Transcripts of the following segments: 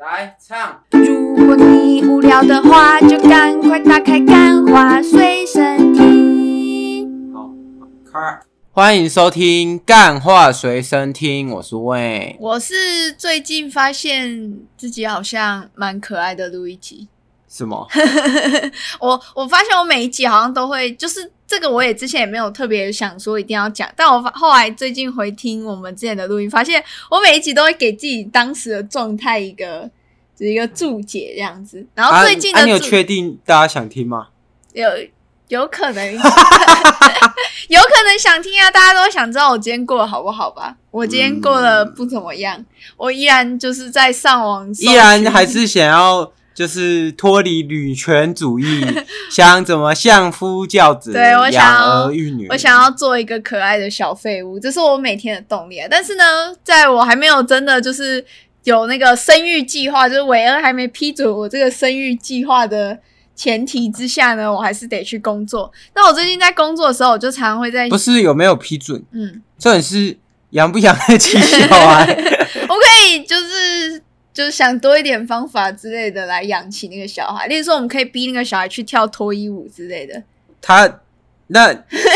来唱。 如果你无聊的话，就赶快打开干话随身听。 好，开。欢迎收听干话随身听，我是魏。 我是最近发现自己好像蛮可爱的录一集。 什么？ 我发现我每一集好像都会，就是这个我也之前也没有特别想说一定要讲，但我后来最近回听我们之前的录音，发现我每一集都会给自己当时的状态一个注解这样子。然后最近的你有确定大家想听吗？ 有可能有可能想听啊，大家都会想知道我今天过得好不好吧。我今天过得不怎么样，我依然就是在上网搜寻， 依然还是想要就是脱离女权主义，想怎么相夫教子， 对，我养儿育女。 我想要做一个可爱的小废物，这是我每天的动力啊。但是呢，在我还没有真的就是有那个生育计划，就是韦恩还没批准我这个生育计划的前提之下呢，我还是得去工作。那我最近在工作的时候，我就常常会在不是有没有批准，重点是养不养得起小孩。 我可以就是想多一点方法之类的来养起那个小孩，例如说我们可以逼那个小孩去跳脱衣舞之类的。 那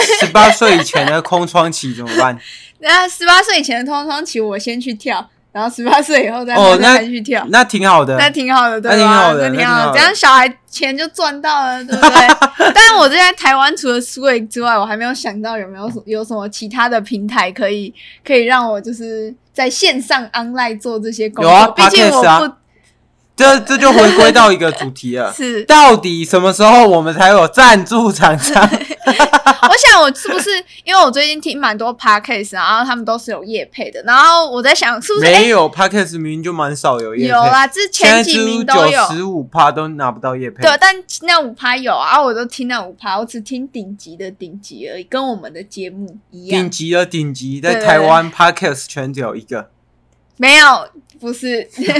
18岁以前的空窗期怎么办？ 那18岁以前的空窗期我先去跳，然后18岁以后再慢慢去跳， 那挺好的， 那挺好的，对吧？ 那挺好的， 这样小孩钱就赚到了，对不对？但是我在台湾除了 Swig 之外，我还没有想到有什么其他的平台可以让我就是在线上 online 做这些工作。 有啊， 毕竟我不。 这就回归到一个主题了， 是到底什么时候我们才有赞助厂商？ 我想我是不是因为我最近听蛮多 podcast， 然后他们都是有业配的，然后我在想是不是没有 podcast 明明就蛮少有业配， 有啦，之前几名都有 ，95% 都拿不到业配。 对，但那5%有啊，我都听那5%，我只听顶级的顶级而已，跟我们的节目一样。 顶级的顶级，在台湾 podcast 圈只有一个。 没有，不是，绝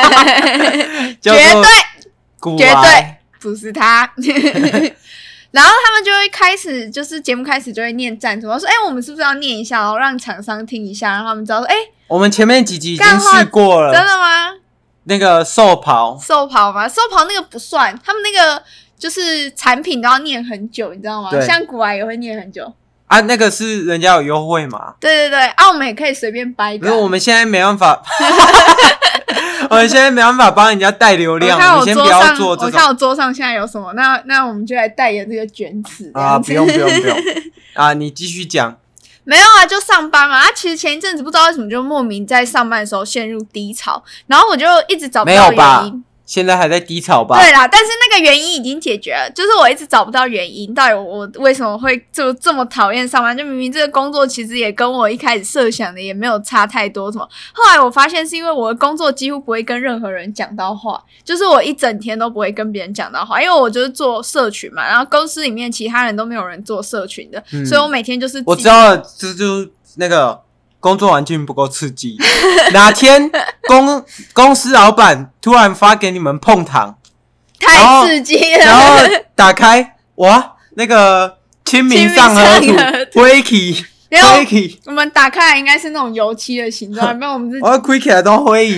对不是他。然后他们就会开始，就是节目开始就会念赞助，说：“我们是不是要念一下，然后让厂商听一下，让他们知道说， 我们前面几集已经试过了， 真的吗？ 那个寿袍吗？寿袍那个不算，他们那个就是产品都要念很久，你知道吗？像古玩也会念很久。” 啊，那个是人家有优惠嘛？ 对啊，我们也可以随便掰一个。 可是我们现在没办法，我们现在没办法帮人家带流量。我先不要做这种。 我看我桌上现在有什么，那我们就来代言这个卷尺啊！不用啊！你继续讲。 没有啊，就上班嘛。其实前一阵子不知道为什么就莫名在上班的时候陷入低潮，然后我就一直找不到原因。 现在还在低潮吧？ 对啦，但是那个原因已经解决了，就是我一直找不到原因，到底我为什么会就这么讨厌上班？就明明这个工作其实也跟我一开始设想的也没有差太多什么。后来我发现是因为我的工作几乎不会跟任何人讲到话，就是我一整天都不会跟别人讲到话，因为我就是做社群嘛，然后公司里面其他人都没有人做社群的，所以我每天就是我知道了，这就是那个工作环境不够刺激，哪天公司老板突然发给你们碰糖， 太刺激了， 然后打开哇，那个清明上河图灰起， 我们打开来应该是那种油漆的形状，没有我们是我开起来都灰。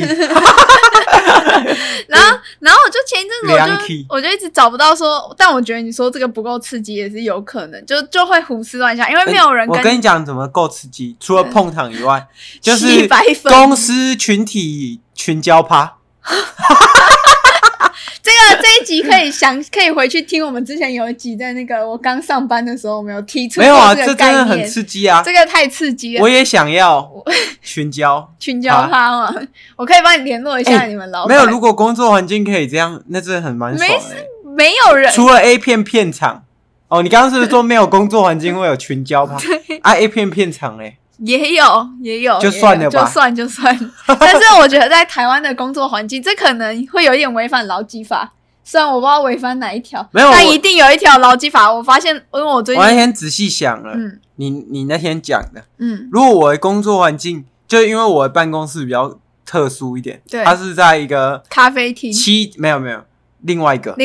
然后我就前一阵子我就一直找不到说，但我觉得你说这个不够刺激也是有可能，就会胡思乱想，因为没有人我跟你讲怎么够刺激，除了碰糖以外，就是公司群体群交趴。 这一集可以回去听我们之前有一集，在那个我刚上班的时候，我们有提出过这个概念。 没有啊，这真的很刺激啊！ 这个太刺激了， 我也想要群交趴嘛。我可以帮你联络一下你们老板。 没有，如果工作环境可以这样，那真的很蛮爽的。 没有人， 除了 A 片场哦，你刚刚是不是说没有工作环境会有群交趴？啊 ，A 片场也有， 就算了吧， 就算。但是我觉得在台湾的工作环境，这可能会有一点违反劳基法。虽然我不知道违反哪一条， 没有， 但一定有一条劳基法。我发现，因为我最近那天仔细想了，你那天讲的，如果我的工作环境，就因为我的办公室比较特殊一点，它是在一个咖啡厅， 没有，另外一个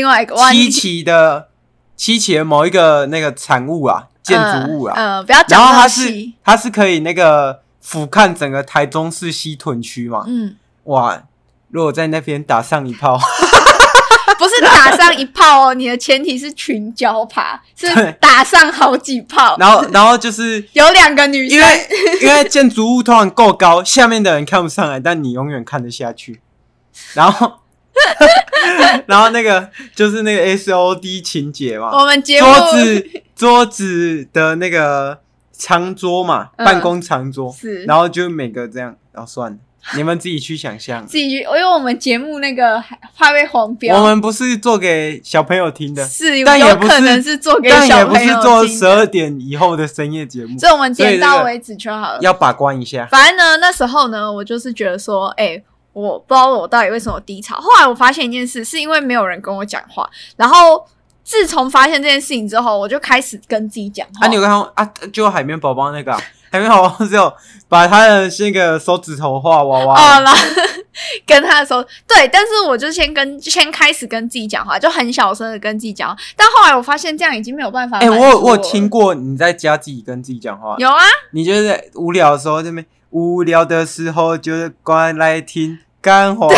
七期的某一个那个产物啊，建筑物啊， 不要讲然后细， 它是可以那个俯瞰整个台中市西屯区嘛，哇。 如果在那边打上一炮不是打上一炮哦，你的前提是群交趴，是打上好几炮。 然后就是有2个女生， 因为建筑物通常够高，下面的人看不上来，但你永远看得下去。然后那个就是那个 SOD 情节嘛， 我们节目桌子的那个长桌嘛，办公长桌， 是， 然后就每个这样，然后算了。你们自己去想象， 自己去，因为我们节目那个怕被黄标， 我们不是做给小朋友听的， 是，但有可能是做给小朋友听的，但也不是做12点以后的深夜节目， 所以我们点到为止就好了， 要把关一下。 反正呢，那时候呢，我就是觉得说，我不知道我到底为什么低潮。后来我发现一件事，是因为没有人跟我讲话，然后自从发现这件事情之后，我就开始跟自己讲话。 你有看到就海绵宝宝那个海绵宝宝只有把他的那个手指头画娃娃然后跟他的手对，但是我就先开始跟自己讲话，就很小声的跟自己讲话。但后来我发现这样已经没有办法。 我有听过你在家自己跟自己讲话。 有啊， 你就是在无聊的时候，这边无聊的时候就关来听干话。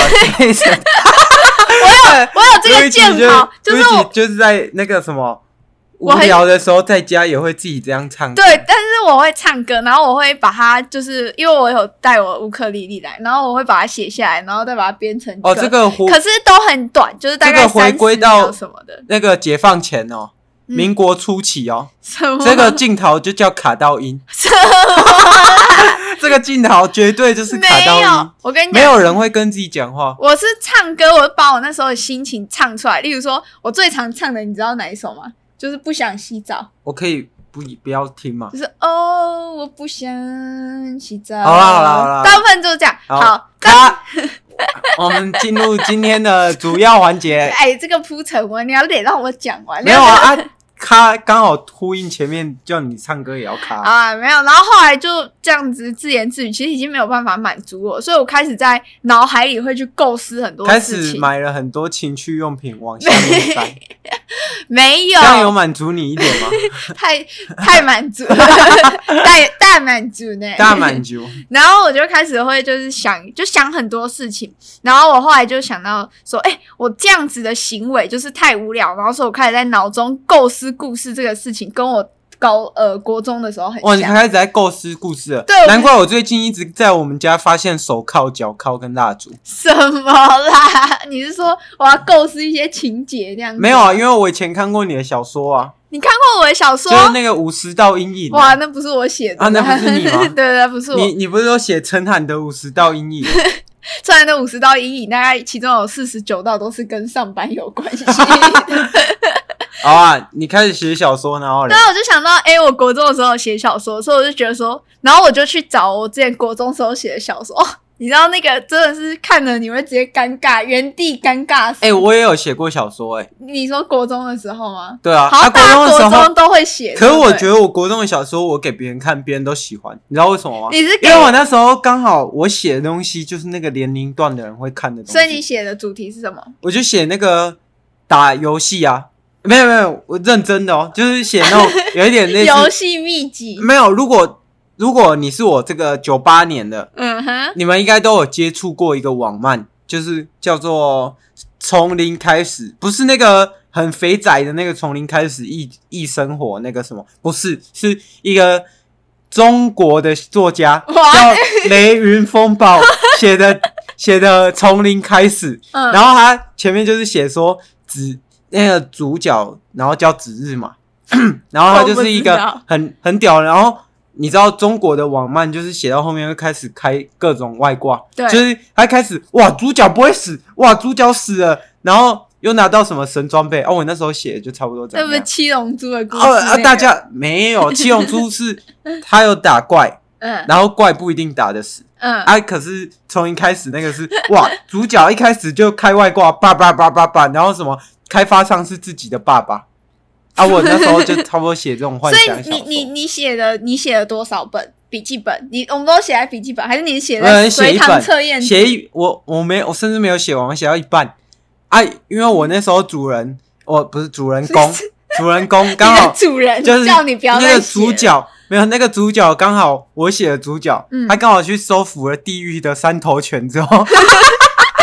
我有这个键盘， 就是在那个什么。无聊的时候在家也会自己这样唱歌， 对，但是我会唱歌，然后我会把它，就是因为我有带我乌克丽丽来，然后我会把它写下来，然后再把它编成歌。 这个可是都很短，就是大概30秒什么的。 那个解放前民国初期什么？ 这个镜头就叫卡到音。什么？这个镜头绝对就是卡到音。 我跟你讲， 没有人会跟自己讲话。 我是唱歌，我把我那时候的心情唱出来。例如说，我最常唱的，你知道哪一首吗？就是不想洗澡。 我可以不要听吗？ 就是我不想洗澡。 好啦， 大部分就是这样。好， 我们进入今天的主要环节。 这个铺陈你要得让我讲完。 没有啊。卡刚好呼应前面叫你唱歌也要卡没有，然后后来就这样子自言自语，其实已经没有办法满足我，所以我开始在脑海里会去构思很多事情， 开始买了很多情趣用品往下面塞。 没有， 这样有满足你一点吗？ 太满足了，大满足呢， 大满足。 然后我就开始会就是想很多事情，然后我后来就想到说，我这样子的行为就是太无聊，然后所以我开始在脑中构思故事这个事情，跟我国中的时候很像。 你开始在构思故事了。 对， 难怪我最近一直在我们家发现手铐、脚铐跟蜡烛。 什么啦？你是说我要构思一些情节这样子？ 没有啊，因为我以前看过你的小说啊。 你看过我的小说？ 就是那个50道阴影。 哇，那不是我写的那不是你吗？ 对，不是我。 你不是说写陈涵的50道阴影？ 虽然那50道阴影大概其中有49道都是跟上班有关系。 好啊，你开始写小说，然后对，我就想到，我国中的时候写小说，所以我就觉得说，然后我就去找我之前国中时候写的小说。你知道那个真的是看了你会直接尴尬，原地尴尬死。 我也有写过小说。 你说国中的时候吗？ 对啊， 好，大家国中都会写。 可是我觉得我国中的小说我给别人看，别人都喜欢，你知道为什么吗？ 因为我那时候刚好我写的东西就是那个年龄段的人会看的东西。 所以你写的主题是什么？ 我就写那个打游戏啊。没有，我认真的就是写那种有一点类似游戏秘籍。 没有，如果你是我这个98年的，你们应该都有接触过一个网漫，就是叫做从零开始，不是那个很肥仔的那个从零开始异生活那个什么，不是，是一个中国的作家叫雷云风暴写的从零开始，然后他前面就是写说那个主角，然后叫子日嘛，然后他就是一个很屌，然后你知道中国的网漫就是写到后面会开始开各种外挂， 对， 就是他开始哇主角不会死，哇主角死了，然后又拿到什么神装备我那时候写的就差不多这样。 那不是七龙珠的故事？ 大家没有，七龙珠是他有打怪，然后怪不一定打得死，可是从一开始那个是哇主角一开始就开外挂，叭，然后什么开发商是自己的爸爸。我那时候就差不多写这种幻想小说。 所以你写了多少本笔记本？我们都写在笔记本，还是你写在随堂测验？ 我甚至没有写完，我写到一半因为我那时候我不是主人公，主人公刚好主人就是叫你不要再写那个主角没有那个主角刚好我写的主角，他刚好去收服了地狱的3头犬之后。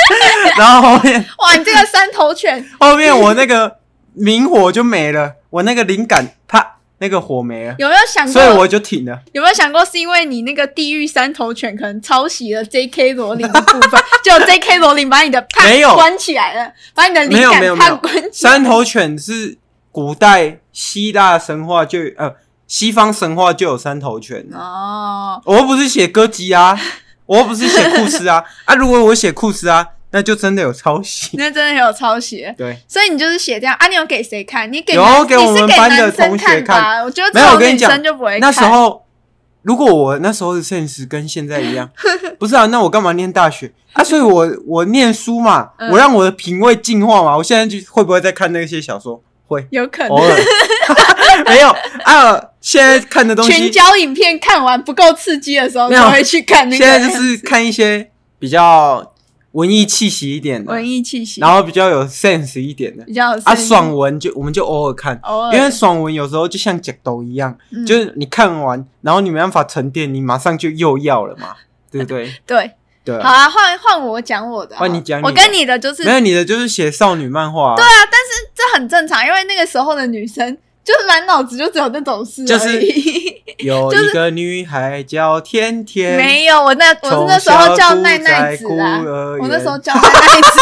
然后后面哇，你这个三头犬， 后面我那个明火就没了，我那个灵感啪，那个火没了， 有没有想过？ 所以我就停了。 有没有想过是因为你那个地狱三头犬可能抄袭了 J.K. 罗琳的部分，就 J.K. 罗琳把你的啪关起来了，把你的灵感啪关起来。 三头犬是古代希腊神话就西方神话就有三头犬哦。我又不是写歌姬啊，我又不是写库斯啊如果我写库斯啊，那就真的有抄袭， 那真的有抄袭。 对， 所以你就是写这样啊？你有给谁看？你给我们班的同学看。 我觉得没有，我跟你讲， 女生就不会看。 那时候如果我那时候的 sense 跟现在一样，不是啊？那我干嘛念大学啊？所以我念书嘛，我让我的品味进化嘛。我现在就会不会再看那些小说？会， 有可能。 偶尔没有啊。现在看的东西， 群交影片看完不够刺激的时候，就会去看那个。 现在就是看一些比较文艺气息一点的， 文艺气息， 然后比较有 sense 一点的， 比较有 sense 爽文我们就偶尔看，因为爽文有时候就像脚斗一样，就是你看完，然后你没办法沉淀，你马上就又要了嘛，对不对？ 对，好啊，换我讲我的， 换你讲你的。 我跟你的就是没有，你的就是写少女漫画。 对啊，但是这很正常，因为那个时候的女生就是满脑子就只有那种事而已。 就是有一个女孩叫甜甜， 没有，我那时候叫奈奈子啊，我那时候叫奈奈子。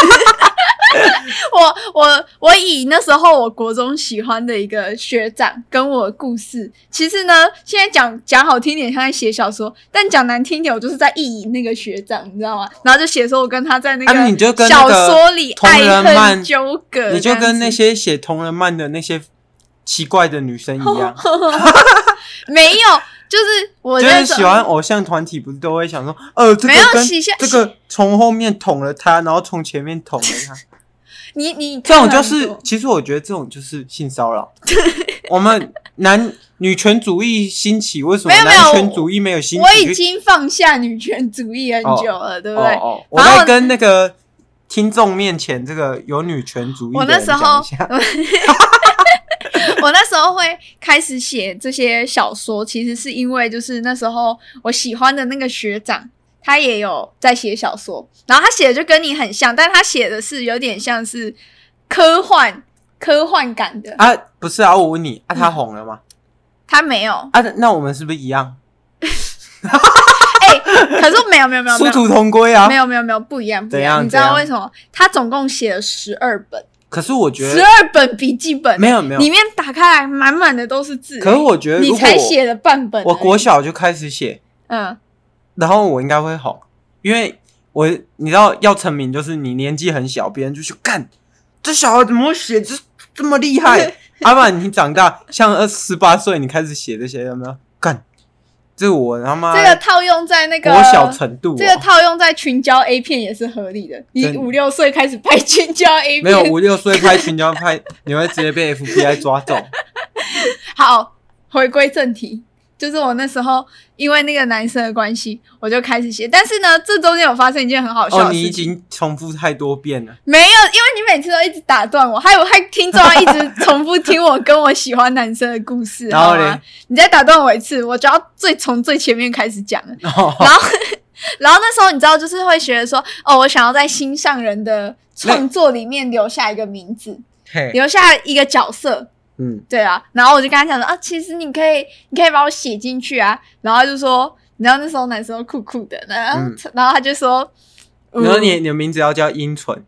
我以那时候我国中喜欢的一个学长跟我的故事，其实呢，现在讲好听点像在写小说，但讲难听点，我就是在意淫那个学长，你知道吗？然后就写说我跟他在那个小说里爱恨纠葛， 你就跟那些写同人漫的那些奇怪的女生一样。 没有，就是我就是喜欢偶像团体，不是都会想说，这个从后面捅了他，然后从前面捅了他。 你这种就是，其实我觉得这种就是性骚扰。我们女权主义兴起，为什么男权主义没有兴起？ 我已经放下女权主义很久了，对不对？ 我在跟那个听众面前，这个有女权主义的人讲一下。 我那时候会开始写这些小说，其实是因为就是那时候我喜欢的那个学长，他也有在写小说，然后他写的就跟你很像，但他写的是有点像是科幻感的啊。不是啊，我问你啊，他红了吗？ 他没有啊，那我们是不是一样？ 可是没有殊途同归啊！ 没有不一样，不一样。你知道为什么？他总共写了12本。 可是我觉得 12本笔记本没有， 里面打开来满满的都是字。 可是我觉得你才写了半本， 我国小就开始写，然后我应该会红，因为你知道要成名就是你年纪很小，别人就去干这小孩怎么写这么厉害？不然你长大像18岁你开始写这些有没有干？这我他妈这个套用在那个国小程度， 这个套用在群交 A 片也是合理的。你5、6岁开始拍群交 A 片， 没有5、6岁拍群交拍，你会直接被 FBI 抓走。 好，回归正题，就是我那时候因为那个男生的关系，我就开始写。但是呢，这中间有发生一件很好笑的事情。 你已经重复太多遍了。 没有，因为你每次都一直打断我，还听众要一直重复听我跟我喜欢男生的故事。然后呢，你再打断我一次，我就要从最前面开始讲了。然后那时候你知道，就是会觉得说，我想要在心上人的创作里面留下一个名字，留下一个角色。对啊，然后我就跟他讲说其实你可以把我写进去啊，然后他就说，你知道那时候男生都酷酷的，然后他就说， 然后你的名字要叫阴唇，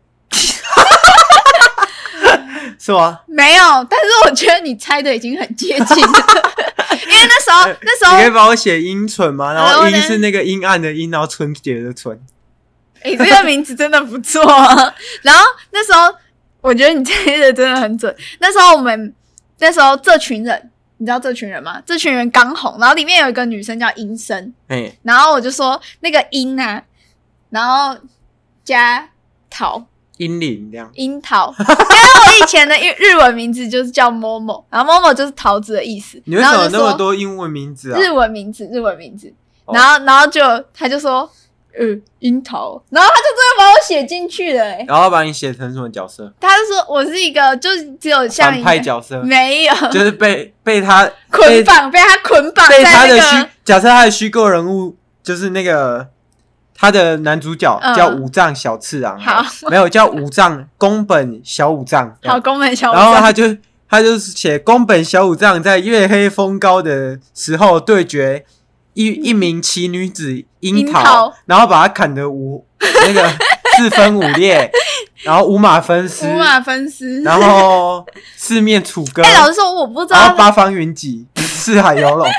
是吗？ 没有，但是我觉得你猜的已经很接近了，因为那时候你可以帮我写阴唇吗？然后阴是那个阴暗的阴，然后纯洁的纯。 这个名字真的不错啊。然后那时候我觉得你猜的真的很准。那时候这群人，你知道这群人吗？这群人刚红，然后里面有一个女生叫阴生，然后我就说那个阴啊，然后加桃， 阴灵这样， 樱桃。因为我以前的日文名字就是叫 Momo， 然后 Momo 就是桃子的意思。 你为什么有那么多英文名字啊？ 日文名字。然后他就说樱桃，然后他就真的把我写进去了然后把你写成什么角色？ 他就说我是一个就是只有像反派角色， 没有， 就是被他捆绑，被他捆绑在那个假设他的虚构人物就是那个他的男主角叫武藏小次郎， 好， 没有叫武藏宫本小武藏， 好，宫本小武藏。 然后他就写宫本小武藏在月黑风高的时候对决一名奇女子樱桃，然后把他砍得那个四分五裂，然后五马分尸，然后四面楚歌。 老实说，我不知道。 然后八方云集，四海游龙。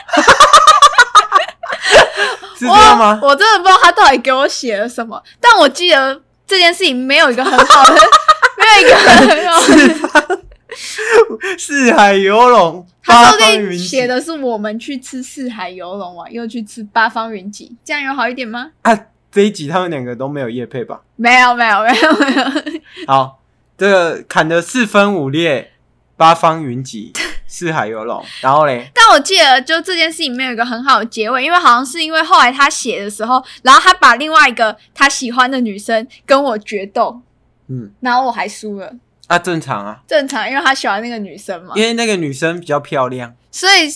是这样吗？ 我真的不知道他到底给我写了什么，但我记得这件事情没有一个很好的，没有一个很好的。 四海游龙， 他说不定写的是我们去吃四海游龙啊，又去吃八方云集，这样有好一点吗？ 这一集他们两个都没有业配吧？ 没有。 好，这个砍得四分五裂，八方云集，四海游龙，然后嘞？ 但我记得就这件事情没有一个很好的结尾，因为好像是因为后来他写的时候，然后他把另外一个他喜欢的女生跟我决斗，然后我还输了。 正常啊， 正常，因为他喜欢那个女生嘛， 因为那个女生比较漂亮， 所以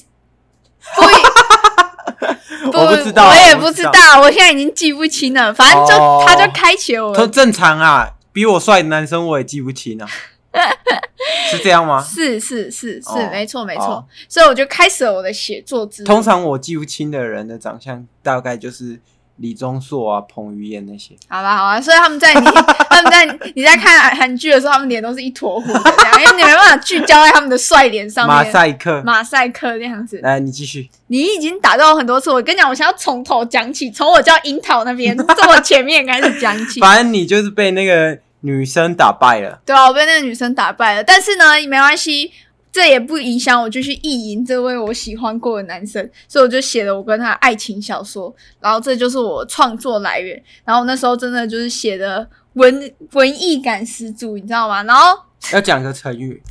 我不知道， 我也不知道，我现在已经记不清了。反正他就开启了我。 都正常啊，比我帅的男生我也记不清啊，是这样吗？ 是，没错。所以我就开始了我的写作之路。 通常我记不清的人的长相，大概就是李钟硕啊、彭于晏那些。 好吧，所以他们在你在看韩剧的时候，他们脸都是一坨糊的这样，因为你没办法聚焦在他们的帅脸上面。马赛克这样子。 来，你继续。 你已经打到很多次，我跟你讲，我想要从头讲起，从我叫樱桃那边这么前面开始讲起。 反正你就是被那个女生打败了。 对啊，我被那个女生打败了，但是呢，没关系。这也不影响我继续意淫这位我喜欢过的男生，所以我就写了我跟他的爱情小说，然后这就是我创作来源。然后那时候真的就是写的文艺感十足，你知道吗？然后要讲个成语，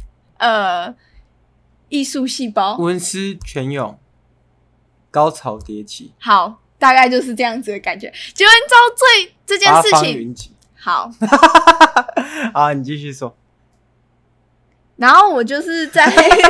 艺术细胞， 文思泉涌，高潮迭起。 好，大概就是这样子的感觉。结果你知道这件事情， 八方云集。 好， 好，你继续说。 然后我就是在等一下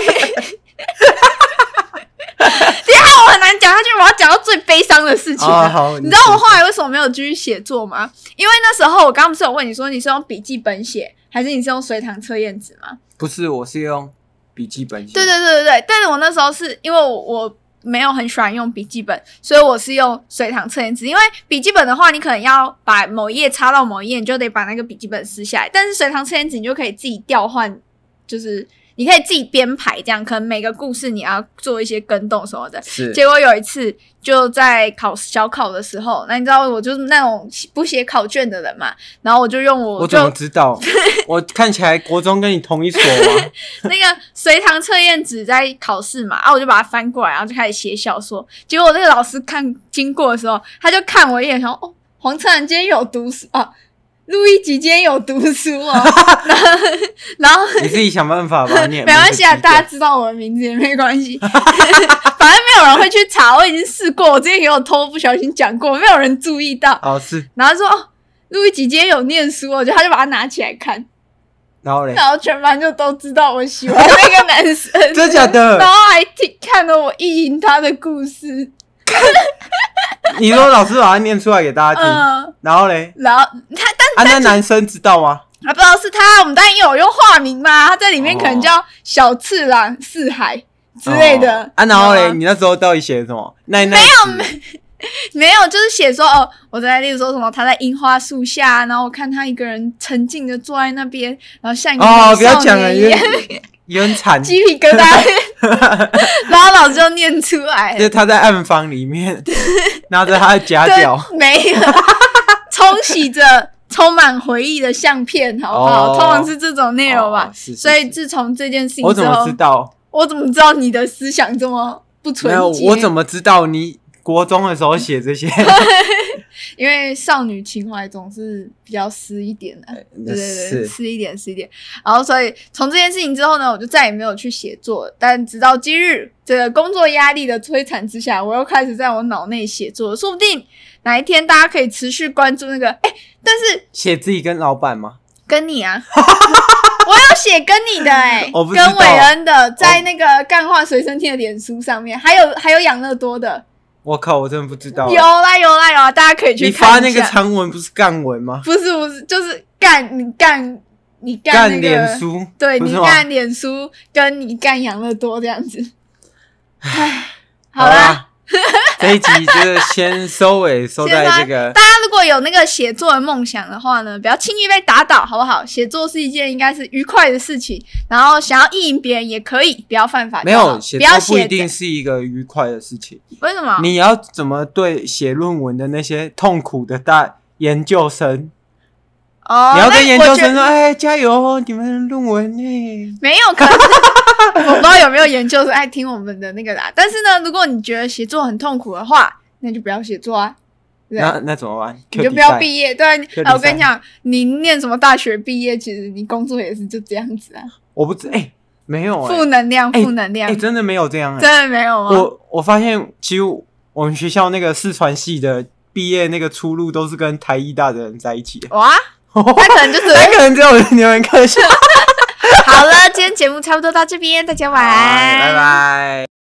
我很难讲下去，我要讲到最悲伤的事情了。 好， 你知道我后来为什么没有继续写作吗？因为那时候我刚刚不是有问你说你是用笔记本写还是你是用随堂测验纸吗？ 不是，我是用笔记本写。 对，但是我那时候是因为我没有很喜欢用笔记本，所以我是用随堂测验纸。因为笔记本的话，你可能要把某一页插到某一页，你就得把那个笔记本撕下来。但是随堂测验纸，你就可以自己调换。就是你可以自己编排，这样可能每个故事你要做一些更动什么的。结果有一次就在小考的时候，那你知道我就是那种不写考卷的人嘛，然后我就用我怎么知道？我看起来国中跟你同一所吗？ 那个随堂测验纸在考试嘛，我就把它翻过来，然后就开始写小说。结果那个老师经过的时候，他就看我一眼，说：“黄策然今天有读书啊。”路易吉今天有读书哦，然后你自己想办法吧，没关系啊，大家知道我的名字也没关系，反正没有人会去查，我已经试过，我之前也有不小心讲过，没有人注意到。 是。 然后说路易吉今天有念书哦，他就把它拿起来看， 然后嘞， 然后全班就都知道我喜欢那个男生， 真假的？ 然后还看了我意淫他的故事。 你说老师把它念出来给大家听，然后嘞， 然后那男生知道吗？ 不知道是他，我们当然有用化名嘛，他在里面可能叫小次郎四海之类的。 然后嘞，你那时候到底写什么？ 没有，就是写说我在例如说什么，他在樱花树下，然后我看他一个人沉静的坐在那边，然后像一个不要讲了，也很惨， 鸡皮疙瘩。然后老师就念出来， 就是他在暗房里面拿着他的夹角， 没有冲洗着充满回忆的相片，好不好？通常是这种内容吧。所以自从这件事情之后， 我怎么知道？ 我怎么知道你的思想这么不纯洁？ 我怎么知道你国中的时候写这些？ 因为少女情怀总是比较湿一点的，对，湿一点。然后所以从这件事情之后呢，我就再也没有去写作了。但直到今日，这个工作压力的摧残之下，我又开始在我脑内写作了。说不定哪一天大家可以持续关注那个，但是写自己跟老板吗？ 跟你啊。我有写跟你的跟韦恩的，在那个干话随身听的脸书上面，还有养乐多的。 我靠，我真的不知道。 有啦，大家可以去看一下。 你发那个长文不是干文吗？ 不是，就是你干脸书， 对，你干脸书，跟你干养乐多这样子。唉，好啦。 这一集就是先收尾收在这个。 大家如果有那个写作的梦想的话呢，不要轻易被打倒，好不好？写作是一件应该是愉快的事情，然后想要意淫别人也可以，不要犯法。 没有，写作不一定是一个愉快的事情。 为什么？ 你要怎么对写论文的那些痛苦的研究生？你要跟研究生说：“哎，加油，你们论文呢？” 没有，可能我不知道有没有研究生爱听我们的那个啦。但是呢，如果你觉得写作很痛苦的话，那就不要写作啊。 那怎么办？ 你就不要毕业。对，我跟你讲，你念什么大学毕业，其实你工作也是就这样子啊。 我不知没有负能量， 真的没有这样真的没有吗？ 我发现，其实我们学校那个视传系的毕业那个出路都是跟台艺大的人在一起。 哇！他可能就是他可能只有你们科系。 好了，今天节目差不多到这边，大家晚安， 拜拜。